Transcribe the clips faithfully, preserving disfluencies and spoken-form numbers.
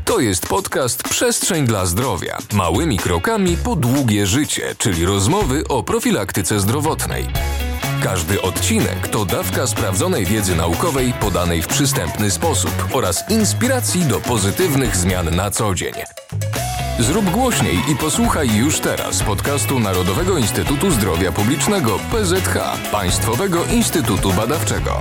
To jest podcast Przestrzeń dla zdrowia. Małymi krokami po długie życie, czyli rozmowy o profilaktyce zdrowotnej. Każdy odcinek to dawka sprawdzonej wiedzy naukowej podanej w przystępny sposób oraz inspiracji do pozytywnych zmian na co dzień. Zrób głośniej i posłuchaj już teraz podcastu Narodowego Instytutu Zdrowia Publicznego P Z H, Państwowego Instytutu Badawczego.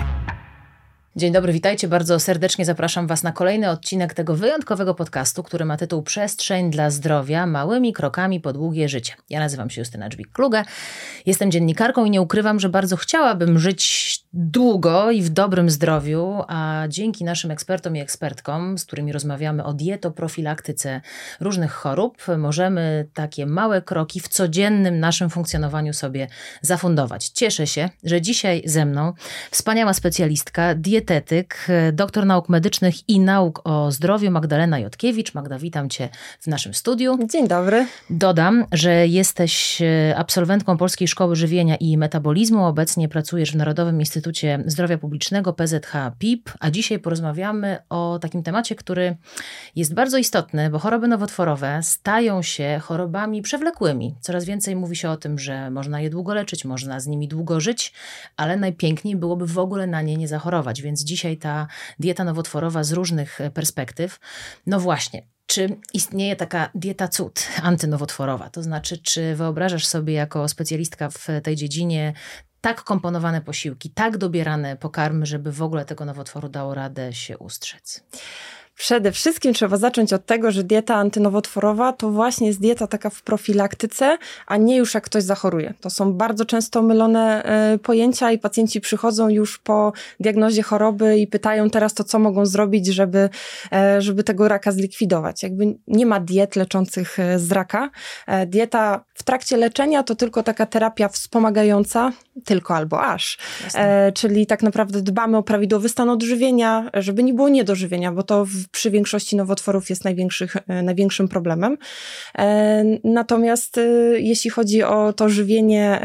Dzień dobry, witajcie. Bardzo serdecznie zapraszam Was na kolejny odcinek tego wyjątkowego podcastu, który ma tytuł Przestrzeń dla zdrowia małymi krokami po długie życie. Ja nazywam się Justyna Dżbik-Kluge, jestem dziennikarką i nie ukrywam, że bardzo chciałabym żyć długo i w dobrym zdrowiu, a dzięki naszym ekspertom i ekspertkom, z którymi rozmawiamy o dietoprofilaktyce różnych chorób, możemy takie małe kroki w codziennym naszym funkcjonowaniu sobie zafundować. Cieszę się, że dzisiaj ze mną wspaniała specjalistka, dietetyk, doktor nauk medycznych i nauk o zdrowiu Magdalena Jotkiewicz. Magda, witam Cię w naszym studiu. Dzień dobry. Dodam, że jesteś absolwentką Polskiej Szkoły Żywienia i Metabolizmu. Obecnie pracujesz w Narodowym Instytucie Zdrowia Publicznego P Z H P I P, a dzisiaj porozmawiamy o takim temacie, który jest bardzo istotny, bo choroby nowotworowe stają się chorobami przewlekłymi. Coraz więcej mówi się o tym, że można je długo leczyć, można z nimi długo żyć, ale najpiękniej byłoby w ogóle na nie nie zachorować. Więc dzisiaj ta dieta nowotworowa z różnych perspektyw. No właśnie, czy istnieje taka dieta cud antynowotworowa? To znaczy, czy wyobrażasz sobie jako specjalistka w tej dziedzinie tak komponowane posiłki, tak dobierane pokarmy, żeby w ogóle tego nowotworu dało radę się ustrzec? Przede wszystkim trzeba zacząć od tego, że dieta antynowotworowa to właśnie jest dieta taka w profilaktyce, a nie już jak ktoś zachoruje. To są bardzo często mylone y, pojęcia i pacjenci przychodzą już po diagnozie choroby i pytają teraz to, co mogą zrobić, żeby, y, żeby tego raka zlikwidować. Jakby nie ma diet leczących y, z raka. Y, dieta w trakcie leczenia to tylko taka terapia wspomagająca, tylko albo aż. Y, czyli tak naprawdę dbamy o prawidłowy stan odżywienia, żeby nie było niedożywienia, bo to w przy większości nowotworów jest największych, największym problemem. Natomiast jeśli chodzi o to żywienie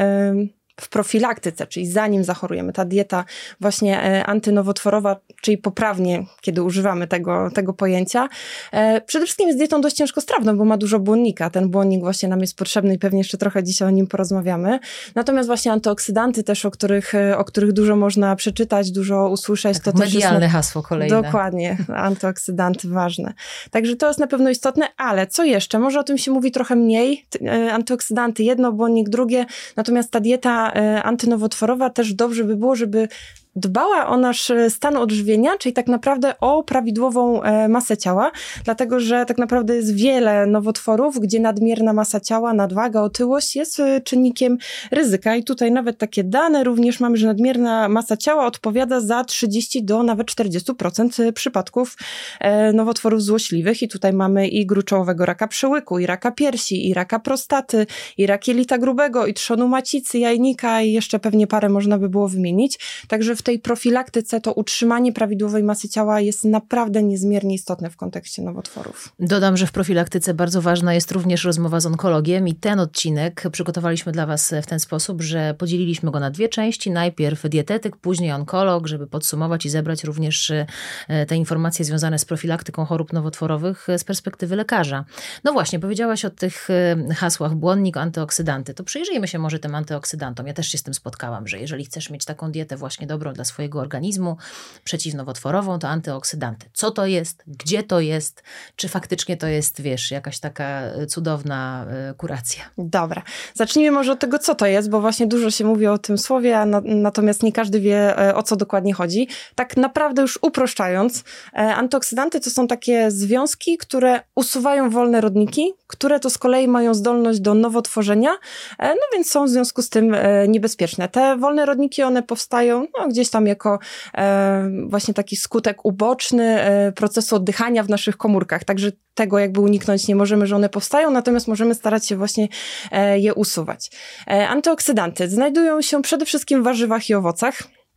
w profilaktyce, czyli zanim zachorujemy, ta dieta właśnie antynowotworowa, czyli poprawnie, kiedy używamy tego, tego pojęcia, przede wszystkim jest dietą dość ciężkostrawną, bo ma dużo błonnika. Ten błonnik właśnie nam jest potrzebny i pewnie jeszcze trochę dzisiaj o nim porozmawiamy. Natomiast właśnie antyoksydanty też, o których, o których dużo można przeczytać, dużo usłyszeć. Tak, to medialne też jest hasło kolejne. Dokładnie, antyoksydanty ważne. Także to jest na pewno istotne, ale co jeszcze? Może o tym się mówi trochę mniej. Antyoksydanty jedno, błonnik drugie, natomiast ta dieta antynowotworowa też dobrze by było, żeby dbała o nasz stan odżywienia, czyli tak naprawdę o prawidłową masę ciała, dlatego że tak naprawdę jest wiele nowotworów, gdzie nadmierna masa ciała, nadwaga, otyłość jest czynnikiem ryzyka i tutaj nawet takie dane również mamy, że nadmierna masa ciała odpowiada za trzydzieści do nawet czterdzieści procent przypadków nowotworów złośliwych i tutaj mamy i gruczołowego raka przełyku, i raka piersi, i raka prostaty, i rak jelita grubego, i trzonu macicy, jajnika i jeszcze pewnie parę można by było wymienić, także w tej profilaktyce to utrzymanie prawidłowej masy ciała jest naprawdę niezmiernie istotne w kontekście nowotworów. Dodam, że w profilaktyce bardzo ważna jest również rozmowa z onkologiem i ten odcinek przygotowaliśmy dla Was w ten sposób, że podzieliliśmy go na dwie części. Najpierw dietetyk, później onkolog, żeby podsumować i zebrać również te informacje związane z profilaktyką chorób nowotworowych z perspektywy lekarza. No właśnie, powiedziałaś o tych hasłach błonnik, antyoksydanty. To przyjrzyjmy się może tym antyoksydantom. Ja też się z tym spotkałam, że jeżeli chcesz mieć taką dietę właśnie dobrą dla swojego organizmu, przeciwnowotworową, to antyoksydanty. Co to jest? Gdzie to jest? Czy faktycznie to jest, wiesz, jakaś taka cudowna y, kuracja? Dobra. Zacznijmy może od tego, co to jest, bo właśnie dużo się mówi o tym słowie, a na, natomiast nie każdy wie, o co dokładnie chodzi. Tak naprawdę już uproszczając, antyoksydanty to są takie związki, które usuwają wolne rodniki, które to z kolei mają zdolność do nowotworzenia, no więc są w związku z tym niebezpieczne. Te wolne rodniki, one powstają no, gdzieś tam jako e, właśnie taki skutek uboczny e, procesu oddychania w naszych komórkach. Także tego jakby uniknąć nie możemy, że one powstają, natomiast możemy starać się właśnie e, je usuwać. E, antyoksydanty znajdują się przede wszystkim w warzywach i owocach.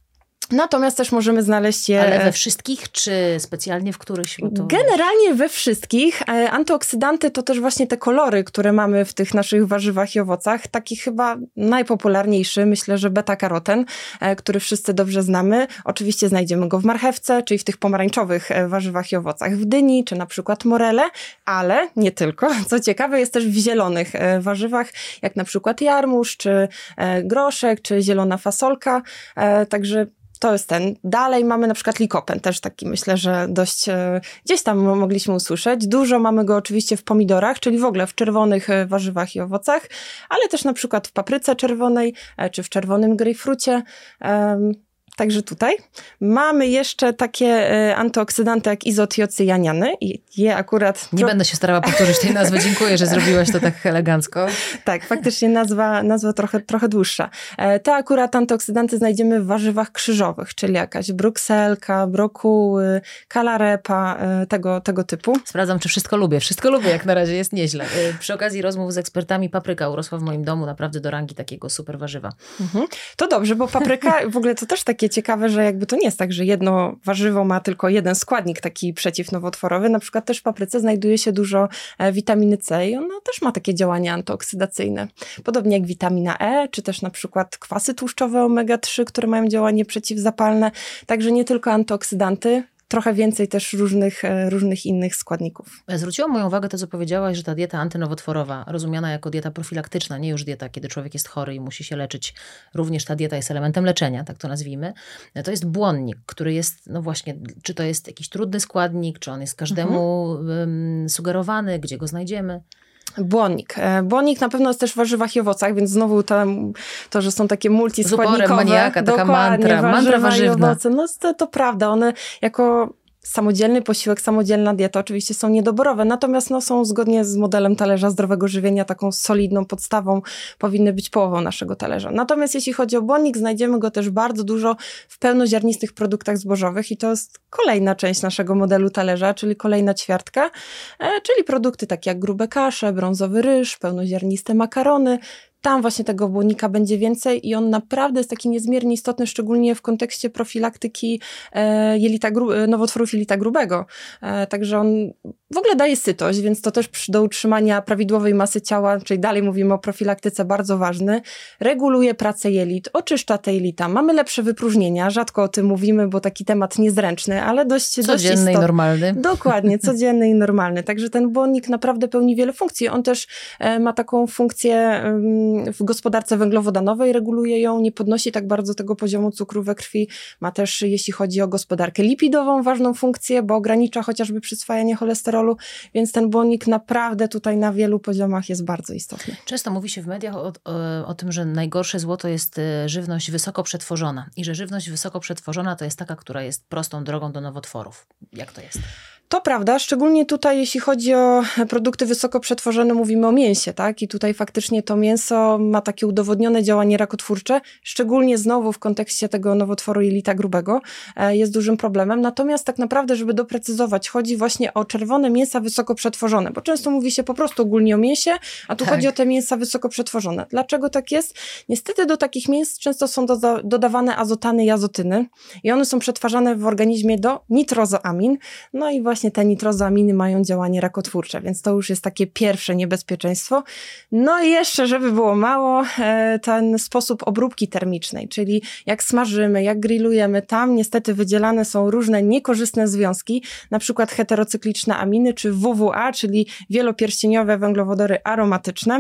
Natomiast też możemy znaleźć je... Ale we wszystkich, czy specjalnie w któryś? Bo to... Generalnie we wszystkich. Antyoksydanty to też właśnie te kolory, które mamy w tych naszych warzywach i owocach. Taki chyba najpopularniejszy, myślę, że beta-karoten, który wszyscy dobrze znamy. Oczywiście znajdziemy go w marchewce, czyli w tych pomarańczowych warzywach i owocach, w dyni, czy na przykład morele, ale nie tylko. Co ciekawe, jest też w zielonych warzywach, jak na przykład jarmuż, czy groszek, czy zielona fasolka. Także to jest ten. Dalej mamy na przykład likopen, też taki myślę, że dość e, gdzieś tam mogliśmy usłyszeć. Dużo mamy go oczywiście w pomidorach, czyli w ogóle w czerwonych e, warzywach i owocach, ale też na przykład w papryce czerwonej, e, czy w czerwonym grejpfrucie. E, Także tutaj mamy jeszcze takie e, antyoksydanty jak izotiocyjaniany i je akurat... Nie to... będę się starała powtórzyć tej nazwy, dziękuję, że zrobiłaś to tak elegancko. Tak, faktycznie nazwa, nazwa trochę, trochę dłuższa. E, te akurat antyoksydanty znajdziemy w warzywach krzyżowych, czyli jakaś brukselka, brokuły, kalarepa, e, tego, tego typu. Sprawdzam, czy wszystko lubię. Wszystko lubię, jak na razie jest nieźle. E, przy okazji rozmów z ekspertami papryka urosła w moim domu naprawdę do rangi takiego super warzywa. Mhm. To dobrze, bo papryka w ogóle to też takie ciekawe, że jakby to nie jest tak, że jedno warzywo ma tylko jeden składnik taki przeciwnowotworowy. Na przykład też w papryce znajduje się dużo witaminy C i ona też ma takie działanie antyoksydacyjne. Podobnie jak witamina E, czy też na przykład kwasy tłuszczowe omega trzy, które mają działanie przeciwzapalne. Także nie tylko antyoksydanty, trochę więcej też różnych, różnych innych składników. Zwróciło moją uwagę to, co powiedziałaś, że ta dieta antynowotworowa, rozumiana jako dieta profilaktyczna, nie już dieta, kiedy człowiek jest chory i musi się leczyć, również ta dieta jest elementem leczenia, tak to nazwijmy, to jest błonnik, który jest, no właśnie, czy to jest jakiś trudny składnik, czy on jest każdemu mhm. sugerowany, gdzie go znajdziemy? Błonnik. Błonnik na pewno jest też w warzywach i owocach, więc znowu to, to że są takie multiskładnikowe. Z uporem maniaka, taka mantra, mantra warzywna. No to, to prawda, one jako samodzielny posiłek, samodzielna dieta oczywiście są niedoborowe, natomiast no, są zgodnie z modelem talerza zdrowego żywienia taką solidną podstawą, powinny być połową naszego talerza. Natomiast jeśli chodzi o błonnik, znajdziemy go też bardzo dużo w pełnoziarnistych produktach zbożowych i to jest kolejna część naszego modelu talerza, czyli kolejna ćwiartka, e, czyli produkty takie jak grube kasze, brązowy ryż, pełnoziarniste makarony. Tam właśnie tego błonnika będzie więcej i on naprawdę jest taki niezmiernie istotny, szczególnie w kontekście profilaktyki e, jelita gru- nowotworów jelita grubego. E, także on w ogóle daje sytość, więc to też do utrzymania prawidłowej masy ciała, czyli dalej mówimy o profilaktyce, bardzo ważny. Reguluje pracę jelit, oczyszcza te jelita. Mamy lepsze wypróżnienia, rzadko o tym mówimy, bo taki temat niezręczny, ale dość codzienny dość istotny. i normalny. Dokładnie, codzienny i normalny. Także ten błonnik naprawdę pełni wiele funkcji. On też e, ma taką funkcję e, w gospodarce węglowodanowej, reguluje ją, nie podnosi tak bardzo tego poziomu cukru we krwi. Ma też, jeśli chodzi o gospodarkę lipidową, ważną funkcję, bo ogranicza chociażby przyswajanie cholesterolu, więc ten błonnik naprawdę tutaj na wielu poziomach jest bardzo istotny. Często mówi się w mediach o, o, o tym, że najgorsze zło to jest żywność wysoko przetworzona i że żywność wysoko przetworzona to jest taka, która jest prostą drogą do nowotworów. Jak to jest? To prawda, szczególnie tutaj jeśli chodzi o produkty wysoko przetworzone, mówimy o mięsie, tak? I tutaj faktycznie to mięso ma takie udowodnione działanie rakotwórcze, szczególnie znowu w kontekście tego nowotworu jelita grubego jest dużym problemem. Natomiast tak naprawdę, żeby doprecyzować, chodzi właśnie o czerwone mięsa wysoko przetworzone, bo często mówi się po prostu ogólnie o mięsie, a tu tak. chodzi o te mięsa wysoko przetworzone. Dlaczego tak jest? Niestety do takich mięs często są doda- dodawane azotany i azotyny i one są przetwarzane w organizmie do nitrozoamin, no i właśnie Właśnie te nitrozoaminy mają działanie rakotwórcze, więc to już jest takie pierwsze niebezpieczeństwo. No i jeszcze, żeby było mało, ten sposób obróbki termicznej, czyli jak smażymy, jak grillujemy, tam niestety wydzielane są różne niekorzystne związki, na przykład heterocykliczne aminy, czy W W A, czyli wielopierścieniowe węglowodory aromatyczne.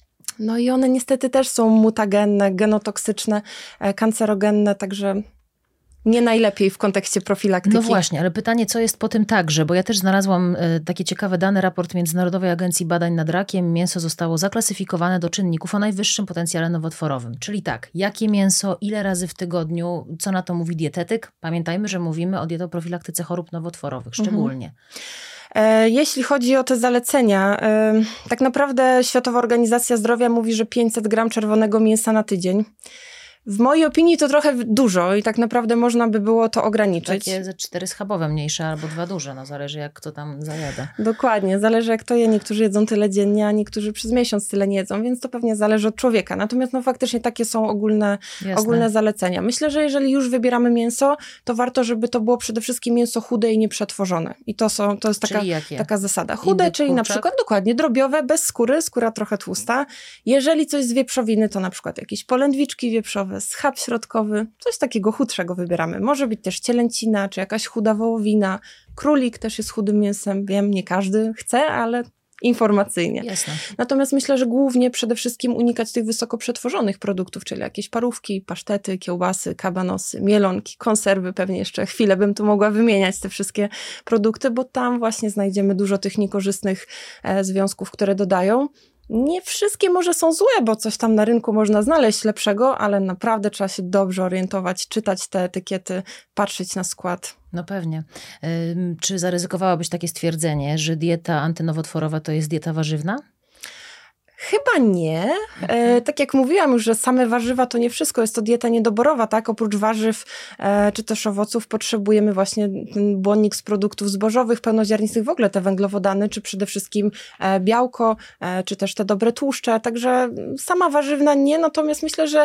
No i one niestety też są mutagenne, genotoksyczne, kancerogenne, także nie najlepiej w kontekście profilaktyki. No właśnie, ale pytanie, co jest po tym także, bo ja też znalazłam y, takie ciekawe dane, raport Międzynarodowej Agencji Badań nad Rakiem. Mięso zostało zaklasyfikowane do czynników o najwyższym potencjale nowotworowym. Czyli tak, jakie mięso, ile razy w tygodniu, co na to mówi dietetyk? Pamiętajmy, że mówimy o dietoprofilaktyce chorób nowotworowych szczególnie. Mhm. Jeśli chodzi o te zalecenia, tak naprawdę Światowa Organizacja Zdrowia mówi, że pięćset gram czerwonego mięsa na tydzień. W mojej opinii to trochę dużo i tak naprawdę można by było to ograniczyć. Takie ze cztery schabowe mniejsze albo dwa duże, no zależy jak kto tam zajada. Dokładnie, zależy jak to je. Niektórzy jedzą tyle dziennie, a niektórzy przez miesiąc tyle nie jedzą, więc to pewnie zależy od człowieka. Natomiast no faktycznie takie są ogólne, ogólne zalecenia. Myślę, że jeżeli już wybieramy mięso, to warto, żeby to było przede wszystkim mięso chude i nieprzetworzone. I to, są, to jest taka, taka zasada. Chude, Indyk, czyli kurczak? Na przykład dokładnie drobiowe, bez skóry, skóra trochę tłusta. Jeżeli coś z wieprzowiny, to na przykład jakieś polędwiczki wieprzowe, schab środkowy, coś takiego chudszego wybieramy. Może być też cielęcina, czy jakaś chuda wołowina. Królik też jest chudym mięsem. Wiem, nie każdy chce, ale informacyjnie. Jasne. Natomiast myślę, że głównie przede wszystkim unikać tych wysoko przetworzonych produktów, czyli jakieś parówki, pasztety, kiełbasy, kabanosy, mielonki, konserwy. Pewnie jeszcze chwilę bym tu mogła wymieniać te wszystkie produkty, bo tam właśnie znajdziemy dużo tych niekorzystnych e, związków, które dodają. Nie wszystkie może są złe, bo coś tam na rynku można znaleźć lepszego, ale naprawdę trzeba się dobrze orientować, czytać te etykiety, patrzeć na skład. No pewnie. Ym, czy zaryzykowałabyś takie stwierdzenie, że dieta antynowotworowa to jest dieta warzywna? Chyba nie. E, tak jak mówiłam już, że same warzywa to nie wszystko, jest to dieta niedoborowa, tak? Oprócz warzyw e, czy też owoców potrzebujemy właśnie ten błonnik z produktów zbożowych, pełnoziarnistych, w ogóle te węglowodany, czy przede wszystkim e, białko, e, czy też te dobre tłuszcze. Także sama warzywna nie, natomiast myślę, że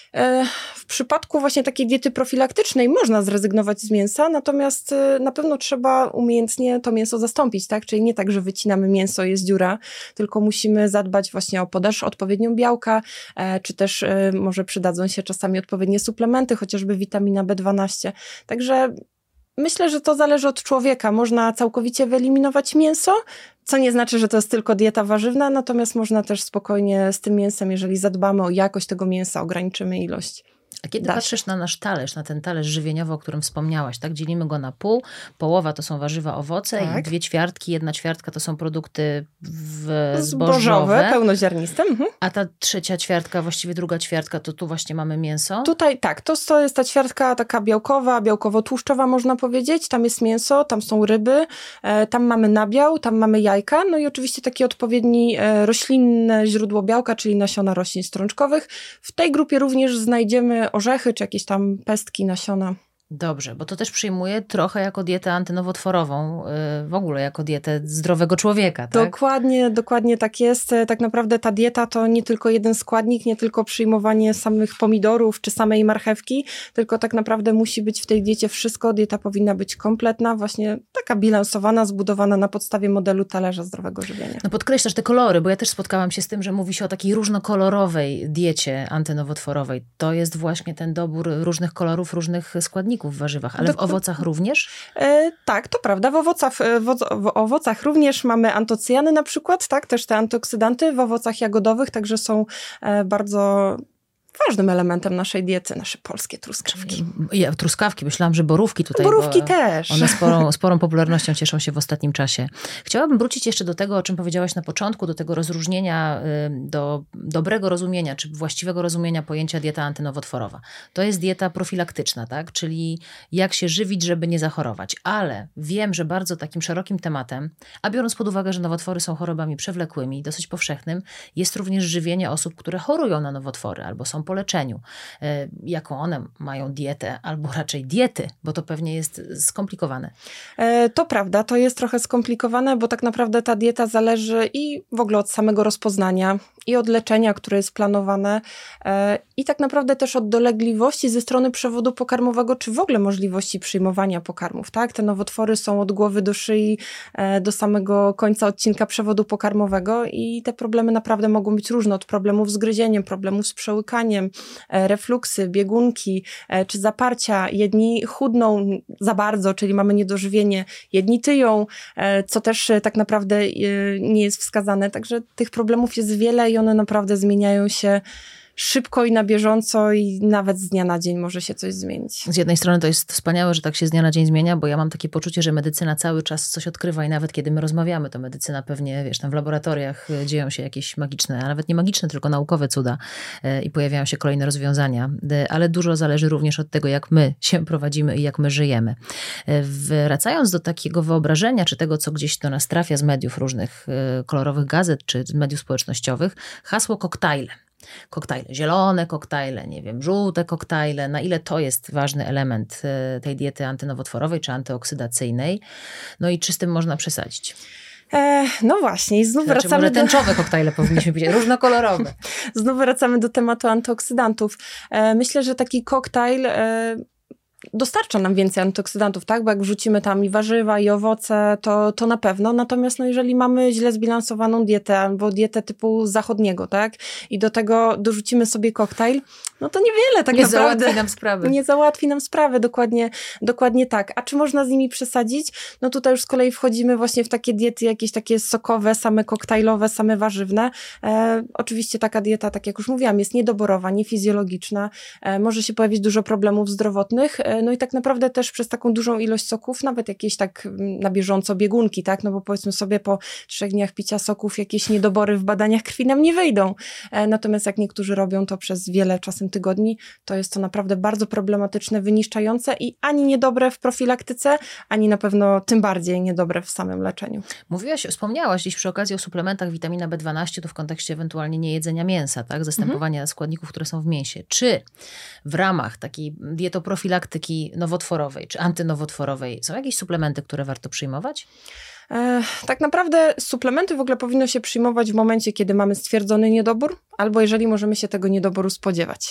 w przypadku właśnie takiej diety profilaktycznej można zrezygnować z mięsa, natomiast na pewno trzeba umiejętnie to mięso zastąpić, tak? Czyli nie tak, że wycinamy mięso i jest dziura, tylko musimy zadbać właśnie o podaż odpowiednią białka, czy też może przydadzą się czasami odpowiednie suplementy, chociażby witamina B dwanaście. Także myślę, że to zależy od człowieka. Można całkowicie wyeliminować mięso, co nie znaczy, że to jest tylko dieta warzywna, natomiast można też spokojnie z tym mięsem, jeżeli zadbamy o jakość tego mięsa, ograniczymy ilość. A kiedy patrzysz na nasz talerz, na ten talerz żywieniowy, o którym wspomniałaś, tak? Dzielimy go na pół, połowa to są warzywa, owoce tak. I dwie ćwiartki, jedna ćwiartka to są produkty w... zbożowe, zbożowe, pełnoziarniste. Mhm. A ta trzecia ćwiartka, właściwie druga ćwiartka, to tu właśnie mamy mięso? Tutaj tak, to, to jest ta ćwiartka taka białkowa, białkowo-tłuszczowa można powiedzieć, tam jest mięso, tam są ryby, e, tam mamy nabiał, tam mamy jajka, no i oczywiście takie odpowiedni e, roślinne źródło białka, czyli nasiona roślin strączkowych. W tej grupie również znajdziemy orzechy, czy jakieś tam pestki, nasiona. Dobrze, bo to też przyjmuję trochę jako dietę antynowotworową, w ogóle jako dietę zdrowego człowieka, tak? Dokładnie, dokładnie tak jest. Tak naprawdę ta dieta to nie tylko jeden składnik, nie tylko przyjmowanie samych pomidorów czy samej marchewki, tylko tak naprawdę musi być w tej diecie wszystko. Dieta powinna być kompletna, właśnie taka bilansowana, zbudowana na podstawie modelu talerza zdrowego żywienia. No podkreślasz te kolory, bo ja też spotkałam się z tym, że mówi się o takiej różnokolorowej diecie antynowotworowej. To jest właśnie ten dobór różnych kolorów, różnych składników w warzywach, ale w owocach również? E, tak, to prawda. W owocach, w, w owocach również mamy antocyjany na przykład, tak, też te antyoksydanty w owocach jagodowych, także są e, bardzo ważnym elementem naszej diety, nasze polskie truskawki. Ja, truskawki, myślałam, że borówki tutaj. Borówki też. One sporą, sporą popularnością cieszą się w ostatnim czasie. Chciałabym wrócić jeszcze do tego, o czym powiedziałaś na początku, do tego rozróżnienia, do dobrego rozumienia, czy właściwego rozumienia pojęcia dieta antynowotworowa. To jest dieta profilaktyczna, tak? Czyli jak się żywić, żeby nie zachorować. Ale wiem, że bardzo takim szerokim tematem, a biorąc pod uwagę, że nowotwory są chorobami przewlekłymi, dosyć powszechnym, jest również żywienie osób, które chorują na nowotwory albo są po leczeniu. Jaką one mają dietę, albo raczej diety, bo to pewnie jest skomplikowane. E, to prawda, to jest trochę skomplikowane, bo tak naprawdę ta dieta zależy i w ogóle od samego rozpoznania, i od leczenia, które jest planowane, e, i tak naprawdę też od dolegliwości ze strony przewodu pokarmowego, czy w ogóle możliwości przyjmowania pokarmów, tak? Te nowotwory są od głowy do szyi, e, do samego końca odcinka przewodu pokarmowego i te problemy naprawdę mogą być różne, od problemów z gryzieniem, problemów z przełykaniem, refluksy, biegunki czy zaparcia. Jedni chudną za bardzo, czyli mamy niedożywienie, jedni tyją, co też tak naprawdę nie jest wskazane. Także tych problemów jest wiele i one naprawdę zmieniają się szybko i na bieżąco i nawet z dnia na dzień może się coś zmienić. Z jednej strony to jest wspaniałe, że tak się z dnia na dzień zmienia, bo ja mam takie poczucie, że medycyna cały czas coś odkrywa i nawet kiedy my rozmawiamy, to medycyna pewnie, wiesz, tam w laboratoriach dzieją się jakieś magiczne, a nawet nie magiczne, tylko naukowe cuda i pojawiają się kolejne rozwiązania, ale dużo zależy również od tego, jak my się prowadzimy i jak my żyjemy. Wracając do takiego wyobrażenia, czy tego, co gdzieś do nas trafia z mediów różnych kolorowych gazet, czy z mediów społecznościowych, hasło koktajle. koktajle, zielone koktajle, nie wiem, żółte koktajle, na ile to jest ważny element tej diety antynowotworowej czy antyoksydacyjnej, no i czy z tym można przesadzić? E, no właśnie, i znów znaczy, wracamy może do... tęczowe koktajle powinniśmy pić, różnokolorowe. Znów wracamy do tematu antyoksydantów. E, myślę, że taki koktajl e, dostarcza nam więcej antyoksydantów, tak? Bo jak wrzucimy tam i warzywa, i owoce, to, to na pewno. Natomiast no, jeżeli mamy źle zbilansowaną dietę, albo dietę typu zachodniego, tak? I do tego dorzucimy sobie koktajl, no to niewiele tak nie naprawdę. Nie załatwi nam sprawy. Nie załatwi nam sprawy, dokładnie, dokładnie tak. A czy można z nimi przesadzić? No tutaj już z kolei wchodzimy właśnie w takie diety jakieś takie sokowe, same koktajlowe, same warzywne. E, oczywiście taka dieta, tak jak już mówiłam, jest niedoborowa, niefizjologiczna. E, może się pojawić dużo problemów zdrowotnych. E, no i tak naprawdę też przez taką dużą ilość soków, nawet jakieś tak na bieżąco biegunki, tak? No bo powiedzmy sobie po trzech dniach picia soków jakieś niedobory w badaniach krwi nam nie wyjdą. E, natomiast jak niektórzy robią to przez wiele czasem tygodni, to jest to naprawdę bardzo problematyczne, wyniszczające i ani niedobre w profilaktyce, ani na pewno tym bardziej niedobre w samym leczeniu. Mówiłaś, wspomniałaś dziś przy okazji o suplementach witamina B dwanaście, to w kontekście ewentualnie niejedzenia mięsa, tak? Zastępowania mhm. składników, które są w mięsie. Czy w ramach takiej dietoprofilaktyki nowotworowej, czy antynowotworowej są jakieś suplementy, które warto przyjmować? Tak naprawdę suplementy w ogóle powinno się przyjmować w momencie, kiedy mamy stwierdzony niedobór, albo jeżeli możemy się tego niedoboru spodziewać.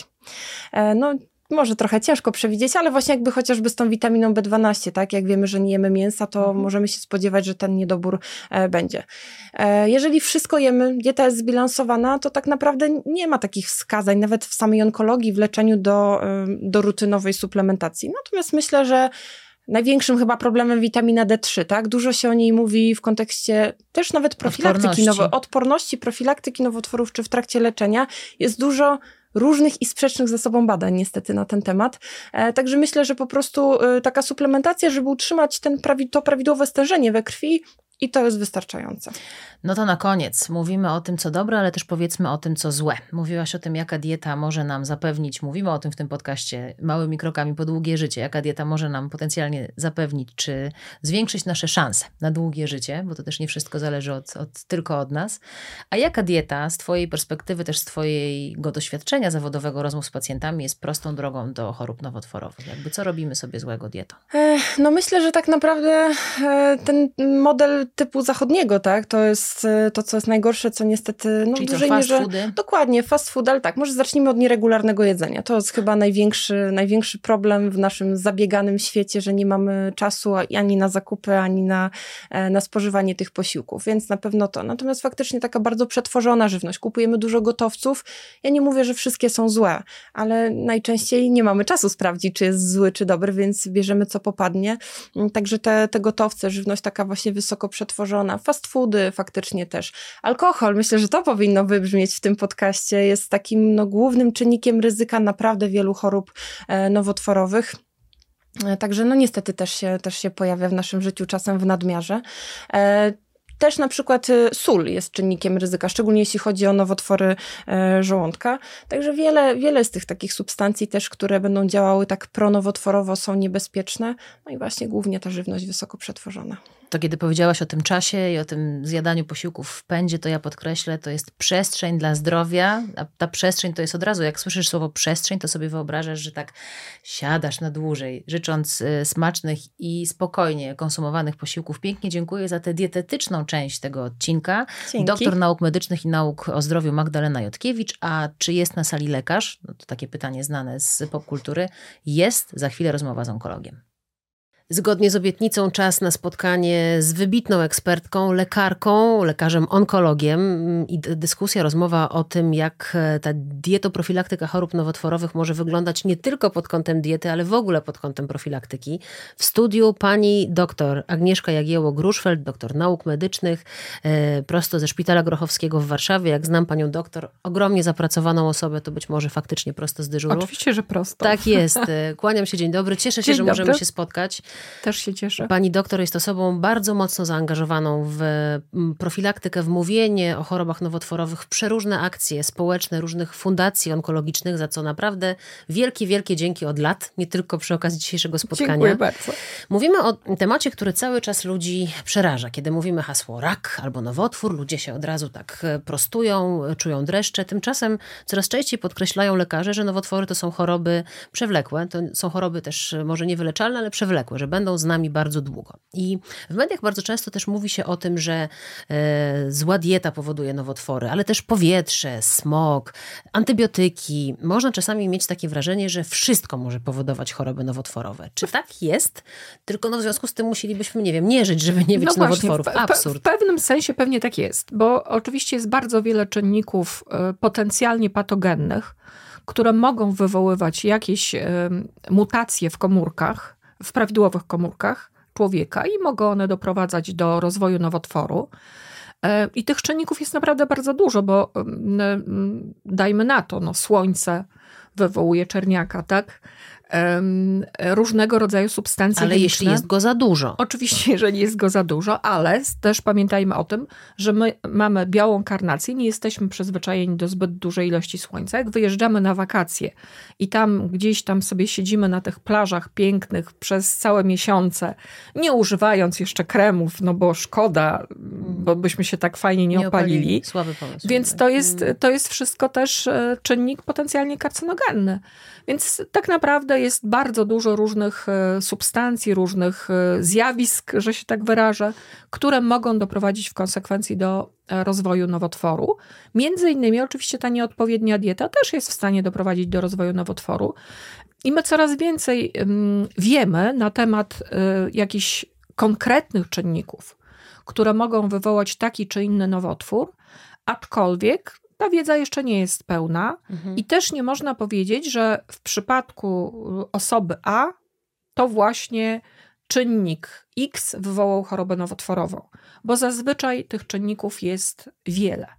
No, może trochę ciężko przewidzieć, ale właśnie jakby chociażby z tą witaminą B dwanaście, tak, jak wiemy, że nie jemy mięsa, to mhm. możemy się spodziewać, że ten niedobór e, będzie. E, jeżeli wszystko jemy, dieta jest zbilansowana, to tak naprawdę nie ma takich wskazań, nawet w samej onkologii, w leczeniu do, e, do rutynowej suplementacji. Natomiast myślę, że największym chyba problemem witamina D trzy, tak? Dużo się o niej mówi w kontekście też nawet profilaktyki, odporności. Nowo, odporności, profilaktyki nowotworów, czy w trakcie leczenia. Jest dużo różnych i sprzecznych ze sobą badań niestety na ten temat. E, także myślę, że po prostu e, taka suplementacja, żeby utrzymać ten prawi, to prawidłowe stężenie we krwi, i to jest wystarczające. No to na koniec mówimy o tym, co dobre, ale też powiedzmy o tym, co złe. Mówiłaś o tym, jaka dieta może nam zapewnić, mówimy o tym w tym podcaście, małymi krokami po długie życie, jaka dieta może nam potencjalnie zapewnić, czy zwiększyć nasze szanse na długie życie, bo to też nie wszystko zależy od, od, tylko od nas. A jaka dieta z twojej perspektywy, też z twojego doświadczenia zawodowego, rozmów z pacjentami, jest prostą drogą do chorób nowotworowych? Jakby co robimy sobie złego dietą? No myślę, że tak naprawdę ten model typu zachodniego, tak, to jest to, co jest najgorsze, co niestety, no czyli w dużej to fast mierze... foody? Dokładnie, fast food, ale tak, może zacznijmy od nieregularnego jedzenia. To jest chyba największy, największy problem w naszym zabieganym świecie, że nie mamy czasu ani na zakupy, ani na, na spożywanie tych posiłków, więc na pewno to. Natomiast faktycznie taka bardzo przetworzona żywność. Kupujemy dużo gotowców. Ja nie mówię, że wszystkie są złe, ale najczęściej nie mamy czasu sprawdzić, czy jest zły, czy dobry, więc bierzemy, co popadnie. Także te, te gotowce, żywność taka właśnie wysoko przetworzona, fast foody faktycznie też. Alkohol, myślę, że to powinno wybrzmieć w tym podcaście, jest takim no, głównym czynnikiem ryzyka naprawdę wielu chorób e, nowotworowych. E, także no niestety też się, też się pojawia w naszym życiu czasem w nadmiarze. E, Też na przykład sól jest czynnikiem ryzyka, szczególnie jeśli chodzi o nowotwory e, żołądka. Także wiele, wiele z tych takich substancji też, które będą działały tak pronowotworowo, są niebezpieczne. No i właśnie głównie ta żywność wysoko przetworzona. To kiedy powiedziałaś o tym czasie i o tym zjadaniu posiłków w pędzie, to ja podkreślę, to jest przestrzeń dla zdrowia, a ta przestrzeń to jest od razu, jak słyszysz słowo przestrzeń, to sobie wyobrażasz, że tak siadasz na dłużej, życząc smacznych i spokojnie konsumowanych posiłków. Pięknie dziękuję za tę dietetyczną część tego odcinka. Dzięki. Doktor nauk medycznych i nauk o zdrowiu Magdalena Jotkiewicz, a czy jest na sali lekarz? No to takie pytanie znane z popkultury. Jest, za chwilę rozmowa z onkologiem. Zgodnie z obietnicą czas na spotkanie z wybitną ekspertką, lekarką, lekarzem onkologiem i dyskusja, rozmowa o tym, jak ta dietoprofilaktyka chorób nowotworowych może wyglądać nie tylko pod kątem diety, ale w ogóle pod kątem profilaktyki. W studiu pani doktor Agnieszka Jagiełło-Gruszfeld, doktor nauk medycznych, prosto ze Szpitala Grochowskiego w Warszawie. Jak znam panią doktor, ogromnie zapracowaną osobę, to być może faktycznie prosto z dyżuru. Oczywiście, że prosto. Tak jest. Kłaniam się, dzień dobry. Cieszę się, Dzień że dobry. możemy się spotkać. Też się cieszę. Pani doktor jest osobą bardzo mocno zaangażowaną w profilaktykę, w mówienie o chorobach nowotworowych, w przeróżne akcje społeczne, różnych fundacji onkologicznych, za co naprawdę wielkie, wielkie dzięki od lat, nie tylko przy okazji dzisiejszego spotkania. Dziękuję bardzo. Mówimy o temacie, który cały czas ludzi przeraża. Kiedy mówimy hasło rak albo nowotwór, ludzie się od razu tak prostują, czują dreszcze. Tymczasem coraz częściej podkreślają lekarze, że nowotwory to są choroby przewlekłe. To są choroby też może niewyleczalne, ale przewlekłe, że będą z nami bardzo długo. I w mediach bardzo często też mówi się o tym, że e, zła dieta powoduje nowotwory, ale też powietrze, smog, antybiotyki. Można czasami mieć takie wrażenie, że wszystko może powodować choroby nowotworowe. Czy tak jest? Tylko no w związku z tym musielibyśmy, nie wiem, nie żyć, żeby nie mieć no nowotworów. Właśnie, Absurd. W, w pewnym sensie pewnie tak jest, bo oczywiście jest bardzo wiele czynników y, potencjalnie patogennych, które mogą wywoływać jakieś y, mutacje w komórkach, w prawidłowych komórkach człowieka i mogą one doprowadzać do rozwoju nowotworu. Y, I tych czynników jest naprawdę bardzo dużo, bo y, y, dajmy na to, no, słońce wywołuje czerniaka, tak? Różnego rodzaju substancje Ale chemiczne. jeśli jest go za dużo. Oczywiście, jeżeli jest go za dużo, ale też pamiętajmy o tym, że my mamy białą karnację, nie jesteśmy przyzwyczajeni do zbyt dużej ilości słońca. Jak wyjeżdżamy na wakacje i tam gdzieś tam sobie siedzimy na tych plażach pięknych przez całe miesiące, nie używając jeszcze kremów, no bo szkoda, bo byśmy się tak fajnie nie, nie opalili. opalili. Słaby pomysł. Więc to jest, to jest wszystko też czynnik potencjalnie karcynogenny. Więc tak naprawdę jest bardzo dużo różnych substancji, różnych zjawisk, że się tak wyrażę, które mogą doprowadzić w konsekwencji do rozwoju nowotworu. Między innymi oczywiście ta nieodpowiednia dieta też jest w stanie doprowadzić do rozwoju nowotworu. I my coraz więcej wiemy na temat jakichś konkretnych czynników, które mogą wywołać taki czy inny nowotwór, aczkolwiek ta wiedza jeszcze nie jest pełna mhm. i też nie można powiedzieć, że w przypadku osoby A to właśnie czynnik X wywołał chorobę nowotworową, bo zazwyczaj tych czynników jest wiele.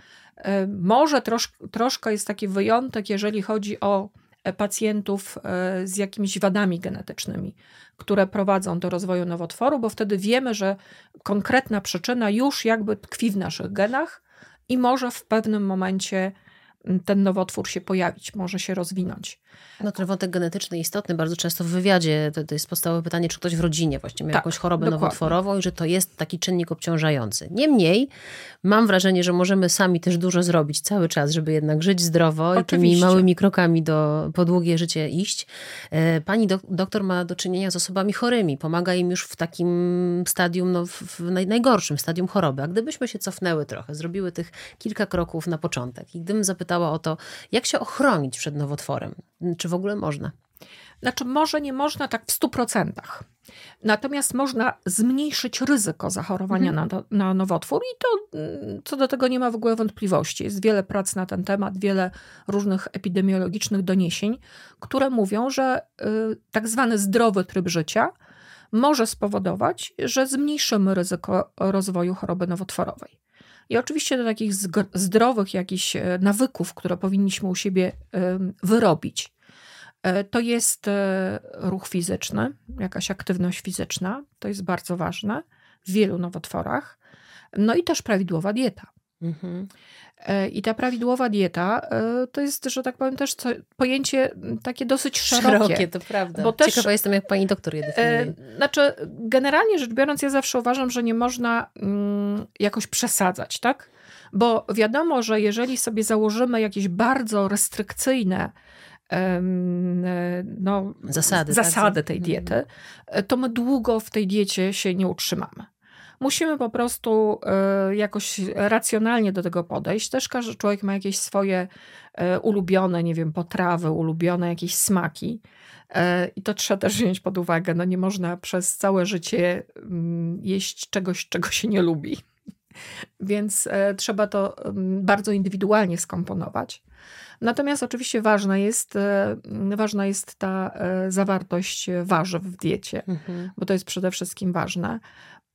Może trosz, troszkę jest taki wyjątek, jeżeli chodzi o pacjentów z jakimiś wadami genetycznymi, które prowadzą do rozwoju nowotworu, bo wtedy wiemy, że konkretna przyczyna już jakby tkwi w naszych genach i może w pewnym momencie ten nowotwór się pojawić, może się rozwinąć. No ten wątek genetyczny istotny, bardzo często w wywiadzie to, to jest podstawowe pytanie, czy ktoś w rodzinie właśnie miał tak, jakąś chorobę dokładnie. nowotworową i że to jest taki czynnik obciążający. Niemniej mam wrażenie, że możemy sami też dużo zrobić cały czas, żeby jednak żyć zdrowo Oczywiście. i tymi małymi krokami do, po długie życie iść. Pani dok- doktor ma do czynienia z osobami chorymi, pomaga im już w takim stadium, no w najgorszym stadium choroby. A gdybyśmy się cofnęły trochę, zrobiły tych kilka kroków na początek i gdybym zapytała o to, jak się ochronić przed nowotworem, czy w ogóle można? Znaczy może nie można tak w stu procentach. Natomiast można zmniejszyć ryzyko zachorowania mhm. na, na nowotwór i to co do tego nie ma w ogóle wątpliwości. Jest wiele prac na ten temat, wiele różnych epidemiologicznych doniesień, które mówią, że y, tak zwany zdrowy tryb życia może spowodować, że zmniejszymy ryzyko rozwoju choroby nowotworowej. I oczywiście do takich zdrowych jakichś nawyków, które powinniśmy u siebie wyrobić, to jest ruch fizyczny, jakaś aktywność fizyczna, to jest bardzo ważne w wielu nowotworach, no i też prawidłowa dieta. Mhm. I ta prawidłowa dieta to jest, że tak powiem, też co, pojęcie takie dosyć szerokie. Szerokie, to prawda. Bo też, Ciekawa jestem, jak pani doktor je definiuje. Znaczy, generalnie rzecz biorąc, ja zawsze uważam, że nie można mm, jakoś przesadzać, tak? Bo wiadomo, że jeżeli sobie założymy jakieś bardzo restrykcyjne no, zasady, zasady tak? tej diety, to my długo w tej diecie się nie utrzymamy. Musimy po prostu jakoś racjonalnie do tego podejść. Też każdy człowiek ma jakieś swoje ulubione, nie wiem, potrawy, ulubione jakieś smaki. I to trzeba też wziąć pod uwagę. No nie można przez całe życie jeść czegoś, czego się nie lubi. Więc trzeba to bardzo indywidualnie skomponować. Natomiast oczywiście ważna jest, ważna jest ta zawartość warzyw w diecie, mhm. bo to jest przede wszystkim ważne.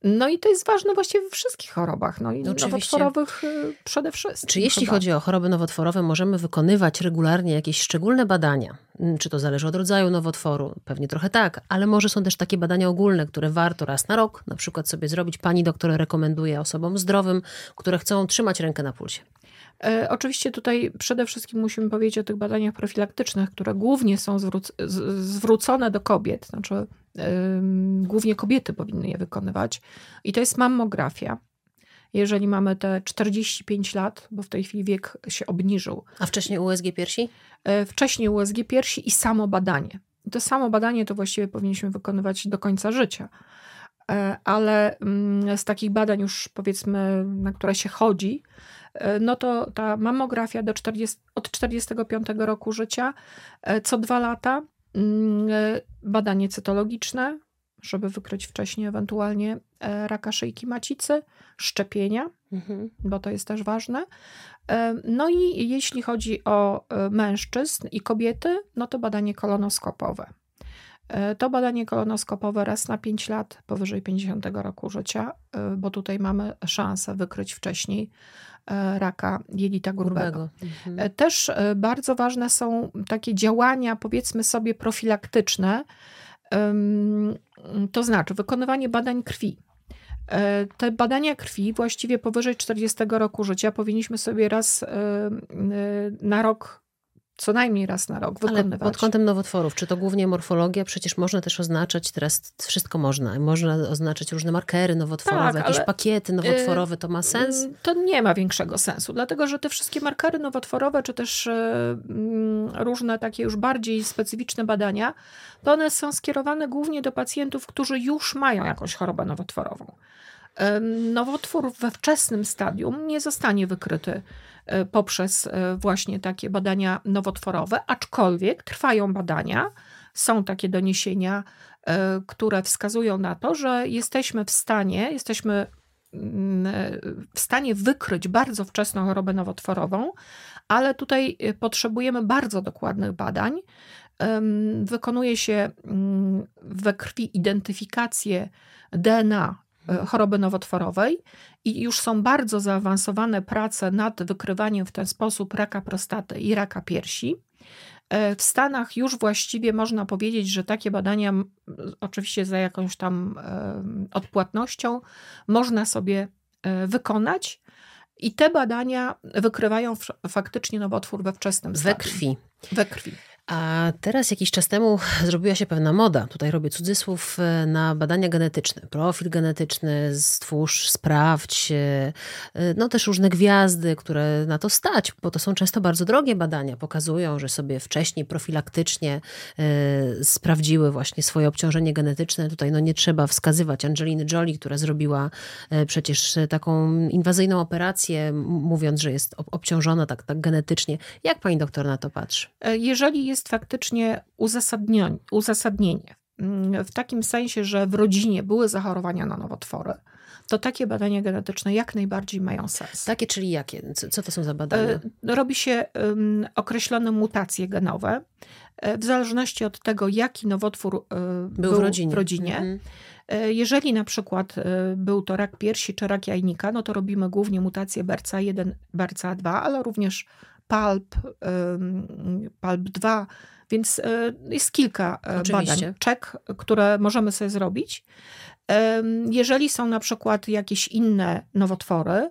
No i to jest ważne właściwie we wszystkich chorobach, no i Oczywiście. nowotworowych przede wszystkim. Czy jeśli chyba. chodzi o choroby nowotworowe, możemy wykonywać regularnie jakieś szczególne badania? Czy to zależy od rodzaju nowotworu? Pewnie trochę tak, ale może są też takie badania ogólne, które warto raz na rok na przykład sobie zrobić. Pani doktor rekomenduje osobom zdrowym, które chcą trzymać rękę na pulsie. E, oczywiście tutaj przede wszystkim musimy powiedzieć o tych badaniach profilaktycznych, które głównie są zwróc- z- zwrócone do kobiet, znaczy yy, głównie kobiety powinny je wykonywać i to jest mammografia. Jeżeli mamy te czterdzieści pięć lat, bo w tej chwili wiek się obniżył. A wcześniej U S G piersi? E, wcześniej U S G piersi i samo badanie. I to samo badanie to właściwie powinniśmy wykonywać do końca życia. E, ale mm, z takich badań już powiedzmy, na które się chodzi, no to ta mammografia do czterdziestego, od czterdziestego piątego roku życia, co dwa lata, badanie cytologiczne, żeby wykryć wcześniej ewentualnie raka szyjki macicy, szczepienia, mhm. bo to jest też ważne. No i jeśli chodzi o mężczyzn i kobiety, no to badanie kolonoskopowe. To badanie kolonoskopowe raz na pięć lat powyżej pięćdziesiątego roku życia, bo tutaj mamy szansę wykryć wcześniej raka jelita grubego. Mhm. Też bardzo ważne są takie działania, powiedzmy sobie, profilaktyczne, to znaczy wykonywanie badań krwi. Te badania krwi właściwie powyżej czterdziestego roku życia powinniśmy sobie raz na rok, co najmniej raz na rok wykonywać. Ale pod kątem nowotworów, czy to głównie morfologia? Przecież można też oznaczać, teraz wszystko można, można oznaczać różne markery nowotworowe, tak, jakieś pakiety nowotworowe, to ma sens? To nie ma większego sensu, dlatego że te wszystkie markery nowotworowe, czy też różne takie już bardziej specyficzne badania, to one są skierowane głównie do pacjentów, którzy już mają jakąś chorobę nowotworową. Nowotwór we wczesnym stadium nie zostanie wykryty poprzez właśnie takie badania nowotworowe, aczkolwiek trwają badania, są takie doniesienia, które wskazują na to, że jesteśmy w stanie, jesteśmy w stanie wykryć bardzo wczesną chorobę nowotworową, ale tutaj potrzebujemy bardzo dokładnych badań. Wykonuje się we krwi identyfikację D N A choroby nowotworowej i już są bardzo zaawansowane prace nad wykrywaniem w ten sposób raka prostaty i raka piersi. W Stanach już właściwie można powiedzieć, że takie badania, oczywiście za jakąś tam odpłatnością, można sobie wykonać i te badania wykrywają faktycznie nowotwór we wczesnym stadium. We krwi. We krwi. A teraz jakiś czas temu zrobiła się pewna moda, tutaj robię cudzysłów, na badania genetyczne. Profil genetyczny, stwórz, sprawdź, no też różne gwiazdy, które na to stać, bo to są często bardzo drogie badania. Pokazują, że sobie wcześniej profilaktycznie y, sprawdziły właśnie swoje obciążenie genetyczne. Tutaj no nie trzeba wskazywać Angeliny Jolie, która zrobiła y, przecież taką inwazyjną operację, mówiąc, że jest obciążona tak, tak genetycznie. Jak pani doktor na to patrzy? Jeżeli jest faktycznie uzasadnienie, uzasadnienie w takim sensie, że w rodzinie były zachorowania na nowotwory, to takie badania genetyczne jak najbardziej mają sens. Takie, czyli jakie? Co, co to są za badania? Robi się um, określone mutacje genowe w zależności od tego, jaki nowotwór um, był, był w rodzinie. W rodzinie. Mhm. Jeżeli na przykład był to rak piersi czy rak jajnika, no to robimy głównie mutację B R C A jeden, B R C A dwa, ale również P A L P, P A L P dwa, więc jest kilka Oczywiście. badań, czek, które możemy sobie zrobić. Jeżeli są na przykład jakieś inne nowotwory,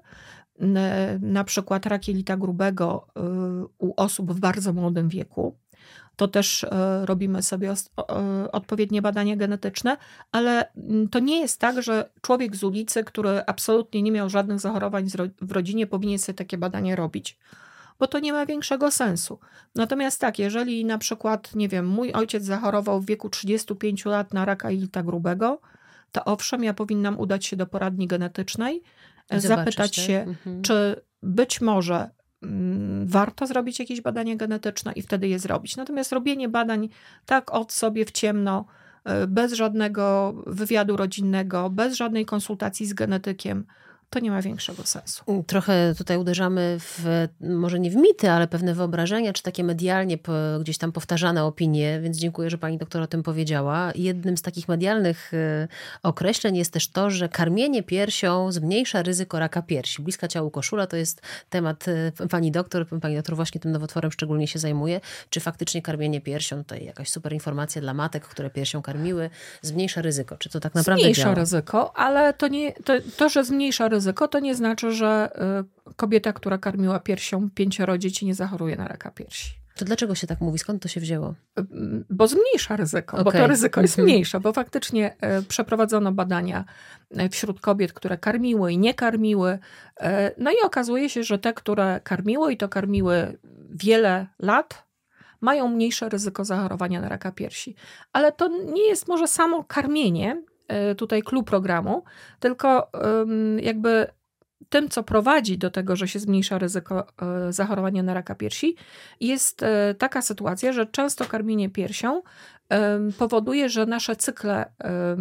na przykład rak jelita grubego u osób w bardzo młodym wieku, to też robimy sobie odpowiednie badania genetyczne, ale to nie jest tak, że człowiek z ulicy, który absolutnie nie miał żadnych zachorowań w rodzinie, powinien sobie takie badania robić, bo to nie ma większego sensu. Natomiast tak, jeżeli na przykład, nie wiem, mój ojciec zachorował w wieku trzydziestu pięciu lat na raka jelita grubego, to owszem, ja powinnam udać się do poradni genetycznej, Zobaczyć, zapytać tak? się, mhm. czy być może mm, warto zrobić jakieś badanie genetyczne i wtedy je zrobić. Natomiast robienie badań tak od sobie w ciemno, bez żadnego wywiadu rodzinnego, bez żadnej konsultacji z genetykiem, to nie ma większego sensu. Trochę tutaj uderzamy w, może nie w mity, ale pewne wyobrażenia, czy takie medialnie po, gdzieś tam powtarzane opinie, więc dziękuję, że pani doktor o tym powiedziała. Jednym z takich medialnych y, określeń jest też to, że karmienie piersią zmniejsza ryzyko raka piersi. Bliska ciału koszula to jest temat y, pani doktor, pani doktor właśnie tym nowotworem szczególnie się zajmuje. Czy faktycznie karmienie piersią, tutaj jakaś super informacja dla matek, które piersią karmiły, zmniejsza ryzyko? Czy to tak naprawdę zmniejsza działa? ryzyko, ale to, nie, to, to, że zmniejsza ryzyko, to nie znaczy, że y, kobieta, która karmiła piersią pięcioro dzieci, nie zachoruje na raka piersi. To dlaczego się tak mówi? Skąd to się wzięło? Bo zmniejsza ryzyko, okay. bo to ryzyko jest mniejsze, bo faktycznie y, przeprowadzono badania wśród kobiet, które karmiły i nie karmiły. Y, no i okazuje się, że te, które karmiły i to karmiły wiele lat, mają mniejsze ryzyko zachorowania na raka piersi. Ale to nie jest może samo karmienie, tutaj clue programu, tylko jakby tym, co prowadzi do tego, że się zmniejsza ryzyko zachorowania na raka piersi, jest taka sytuacja, że często karmienie piersią powoduje, że nasze cykle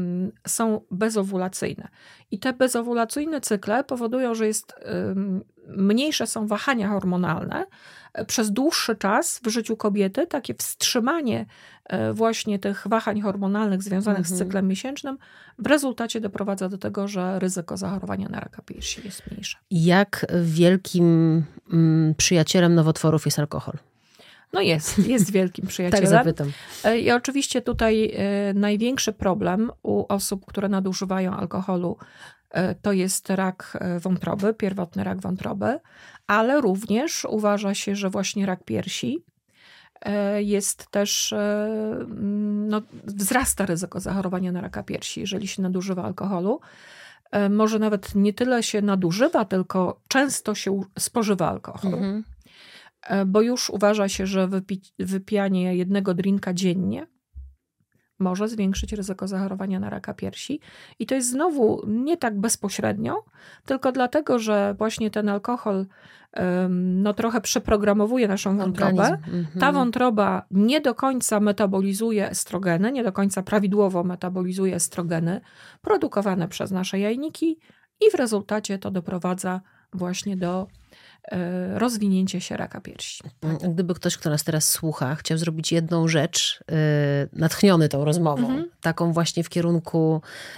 są bezowulacyjne. I te bezowulacyjne cykle powodują, że jest, mniejsze są wahania hormonalne. Przez dłuższy czas w życiu kobiety takie wstrzymanie właśnie tych wahań hormonalnych związanych mhm. z cyklem miesięcznym w rezultacie doprowadza do tego, że ryzyko zachorowania na raka piersi jest mniejsze. Jak wielkim mm, przyjacielem nowotworów jest alkohol? No jest, jest wielkim przyjacielem. Tak zapytam. I oczywiście tutaj największy problem u osób, które nadużywają alkoholu, to jest rak wątroby, pierwotny rak wątroby, ale również uważa się, że właśnie rak piersi jest też, no, wzrasta ryzyko zachorowania na raka piersi, jeżeli się nadużywa alkoholu. Może nawet nie tyle się nadużywa, tylko często się spożywa alkohol. Mhm. Bo już uważa się, że wypi- wypijanie jednego drinka dziennie może zwiększyć ryzyko zachorowania na raka piersi. I to jest znowu nie tak bezpośrednio, tylko dlatego, że właśnie ten alkohol no, trochę przeprogramowuje naszą wątrobę. Mhm. Ta wątroba nie do końca metabolizuje estrogeny, nie do końca prawidłowo metabolizuje estrogeny produkowane przez nasze jajniki i w rezultacie to doprowadza właśnie do rozwinięcie się raka piersi. Gdyby ktoś, kto nas teraz słucha, chciał zrobić jedną rzecz, natchniony tą rozmową, mhm. taką właśnie w kierunku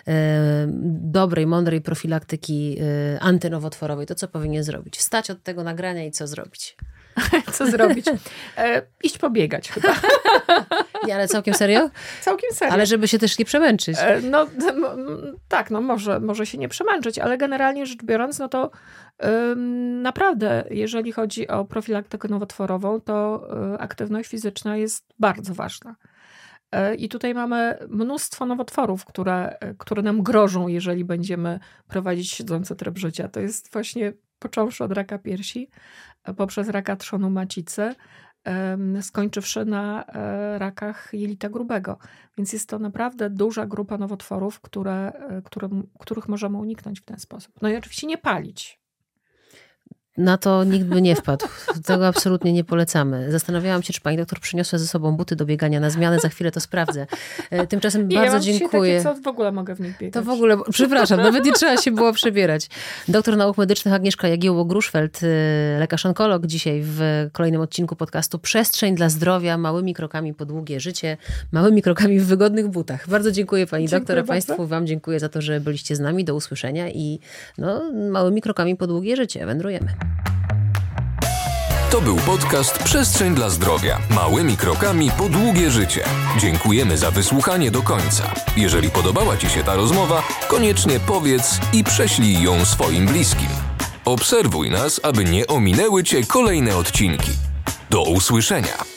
dobrej, mądrej profilaktyki antynowotworowej, to co powinien zrobić? Wstać od tego nagrania i co zrobić? Co zrobić? E, iść pobiegać chyba. Nie, ale całkiem serio? Całkiem serio. Ale żeby się też nie przemęczyć. E, no m, tak, no może, może się nie przemęczyć, ale generalnie rzecz biorąc, no to y, naprawdę, jeżeli chodzi o profilaktykę nowotworową, to y, aktywność fizyczna jest bardzo ważna. Y, I tutaj mamy mnóstwo nowotworów, które, które nam grożą, jeżeli będziemy prowadzić siedzący tryb życia. To jest właśnie począwszy od raka piersi, poprzez raka trzonu macicy, skończywszy na rakach jelita grubego. Więc jest to naprawdę duża grupa nowotworów, które, które, których możemy uniknąć w ten sposób. No i oczywiście nie palić. Na to nikt by nie wpadł. Tego absolutnie nie polecamy. Zastanawiałam się, czy pani doktor przyniosła ze sobą buty do biegania na zmianę. Za chwilę to sprawdzę. Tymczasem I bardzo ja mam dziękuję. Takie, co w ogóle mogę w nich biegać. To w ogóle, przepraszam, nawet nie trzeba się było przebierać. Doktor nauk medycznych Agnieszka Jagiełło-Gruszfeld, lekarz onkolog, dzisiaj w kolejnym odcinku podcastu Przestrzeń dla zdrowia, małymi krokami po długie życie, małymi krokami w wygodnych butach. Bardzo dziękuję pani dziękuję doktor, a państwu wam dziękuję za to, że byliście z nami. Do usłyszenia i no, małymi krokami po długie życie. Wędrujemy. To był podcast Przestrzeń dla zdrowia. Małymi krokami po długie życie. Dziękujemy za wysłuchanie do końca. Jeżeli podobała ci się ta rozmowa, koniecznie powiedz i prześlij ją swoim bliskim. Obserwuj nas, aby nie ominęły cię kolejne odcinki. Do usłyszenia.